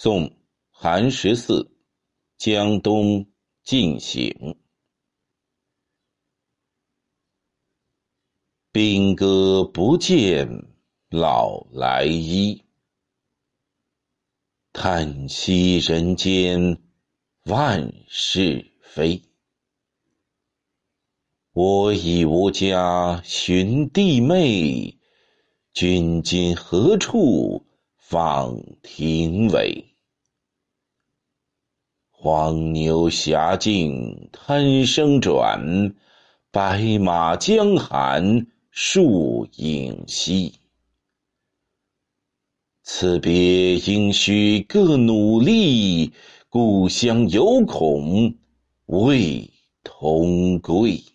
宋韩十四江东进行。兵戈不见老来衣，叹息人间万事非。我已无家寻弟妹，君今何处访庭尾？黄牛峡径贪生转，白马江寒树影稀。此别应须各努力，故乡犹恐未同归。